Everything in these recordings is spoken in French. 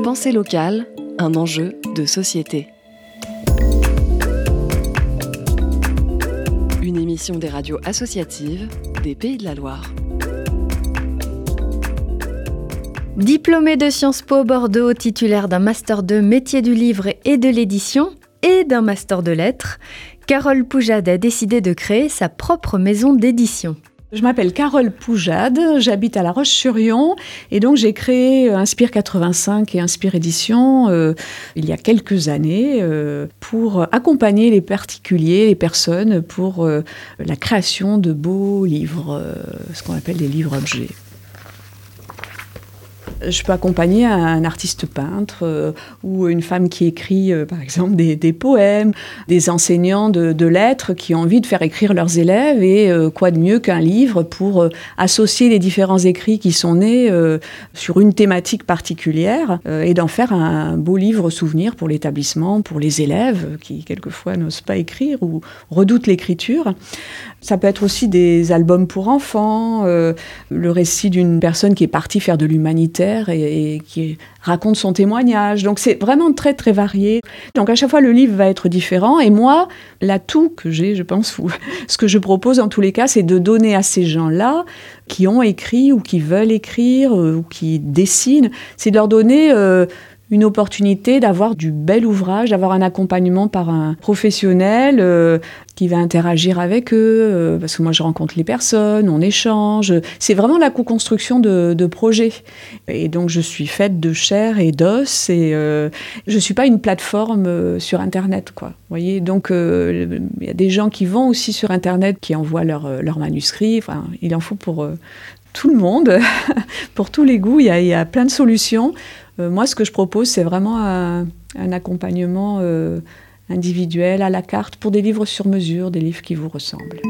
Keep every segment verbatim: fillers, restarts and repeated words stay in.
Pensée locale, un enjeu de société. Une émission des radios associatives des Pays de la Loire. Diplômée de Sciences Po Bordeaux, titulaire d'un Master deux métier du livre et de l'édition et d'un Master de lettres, Carole Poujade a décidé de créer sa propre maison d'édition. Je m'appelle Carole Poujade, j'habite à La Roche-sur-Yon et donc j'ai créé Inspire quatre-vingt-cinq et Inspire Édition euh, il y a quelques années euh, pour accompagner les particuliers, les personnes pour euh, la création de beaux livres, euh, ce qu'on appelle des livres-objets. Je peux accompagner un artiste peintre euh, ou une femme qui écrit, euh, par exemple, des, des poèmes, des enseignants de, de lettres qui ont envie de faire écrire leurs élèves. Et euh, quoi de mieux qu'un livre pour euh, associer les différents écrits qui sont nés euh, sur une thématique particulière euh, et d'en faire un beau livre souvenir pour l'établissement, pour les élèves qui, quelquefois, n'osent pas écrire ou redoutent l'écriture. Ça peut être aussi des albums pour enfants, euh, le récit d'une personne qui est partie faire de l'humanitaire et, et qui raconte son témoignage. Donc c'est vraiment très très varié. Donc à chaque fois le livre va être différent et moi, l'atout que j'ai, je pense, ou ce que je propose en tous les cas, c'est de donner à ces gens-là qui ont écrit ou qui veulent écrire euh, ou qui dessinent, c'est de leur donner euh, une opportunité d'avoir du bel ouvrage, d'avoir un accompagnement par un professionnel euh, qui va interagir avec eux, euh, parce que moi je rencontre les personnes, on échange. C'est vraiment la co-construction de, de projets. Et donc je suis faite de chair et d'os et euh, je ne suis pas une plateforme euh, sur Internet, quoi. Vous voyez, donc il euh, y a des gens qui vont aussi sur Internet, qui envoient leurs leur manuscrits. Enfin, il en faut pour euh, tout le monde, pour tous les goûts, il y, y a plein de solutions. Euh, moi, ce que je propose, c'est vraiment un, un accompagnement euh, individuel, à la carte, pour des livres sur mesure, des livres qui vous ressemblent.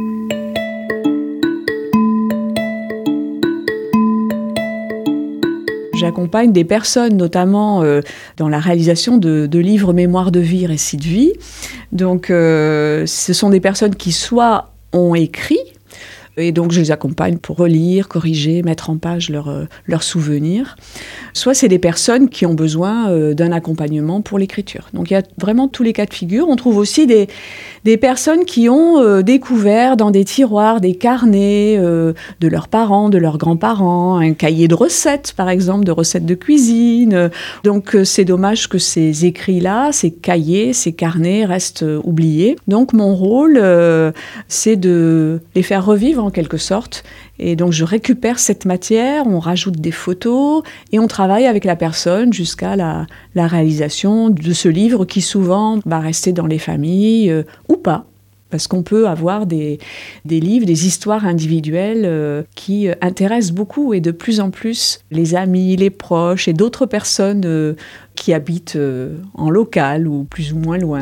J'accompagne des personnes, notamment euh, dans la réalisation de, de livres mémoire de vie, récits de vie. Donc, euh, ce sont des personnes qui soit ont écrit, et donc je les accompagne pour relire, corriger, mettre en page leurs euh, leurs souvenirs. Soit c'est des personnes qui ont besoin euh, d'un accompagnement pour l'écriture. Donc il y a vraiment tous les cas de figure. On trouve aussi des, des personnes qui ont euh, découvert dans des tiroirs des carnets euh, de leurs parents, de leurs grands-parents, un cahier de recettes par exemple, de recettes de cuisine. Donc euh, c'est dommage que ces écrits-là, ces cahiers, ces carnets restent euh, oubliés. Donc mon rôle, euh, c'est de les faire revivre en quelque sorte. Et donc je récupère cette matière, on rajoute des photos et on travaille avec la personne jusqu'à la, la réalisation de ce livre qui souvent va rester dans les familles euh, ou pas. Parce qu'on peut avoir des, des livres, des histoires individuelles euh, qui euh, intéressent beaucoup et de plus en plus les amis, les proches et d'autres personnes euh, qui habitent euh, en local ou plus ou moins loin.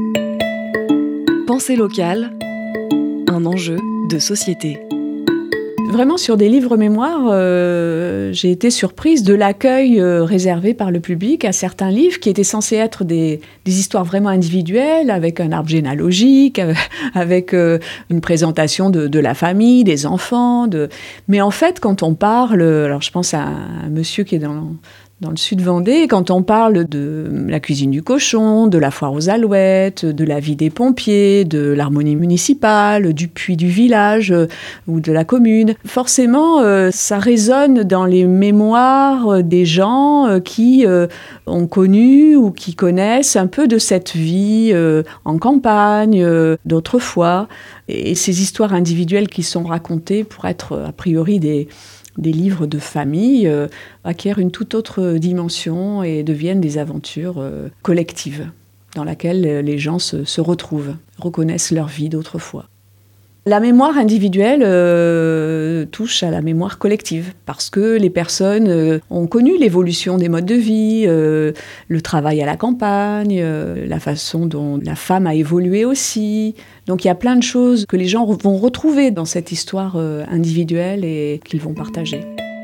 Pensée locale, un enjeu de société. Vraiment, sur des livres mémoires, euh, j'ai été surprise de l'accueil euh, réservé par le public à certains livres qui étaient censés être des, des histoires vraiment individuelles, avec un arbre généalogique, euh, avec euh, une présentation de, de la famille, des enfants. De... Mais en fait, quand on parle... Alors, je pense à un, un monsieur qui est dans... dans le sud Vendée, quand on parle de la cuisine du cochon, de la foire aux alouettes, de la vie des pompiers, de l'harmonie municipale, du puits du village euh, ou de la commune, forcément, euh, ça résonne dans les mémoires des gens euh, qui euh, ont connu ou qui connaissent un peu de cette vie euh, en campagne euh, d'autrefois. Et ces histoires individuelles qui sont racontées pour être a priori des... des livres de famille euh, acquièrent une toute autre dimension et deviennent des aventures euh, collectives dans lesquelles les gens se, se retrouvent, reconnaissent leur vie d'autrefois. La mémoire individuelle euh, touche à la mémoire collective parce que les personnes euh, ont connu l'évolution des modes de vie, euh, le travail à la campagne, euh, la façon dont la femme a évolué aussi. Donc il y a plein de choses que les gens vont retrouver dans cette histoire euh, individuelle et qu'ils vont partager.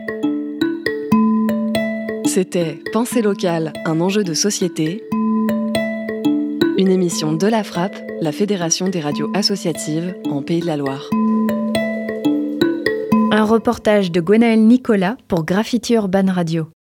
C'était Pensée locale, un enjeu de société. Une émission de la Frappe, la Fédération des radios associatives en Pays de la Loire. Un reportage de Gwenaëlle Nicolas pour Graffiti Urban Radio.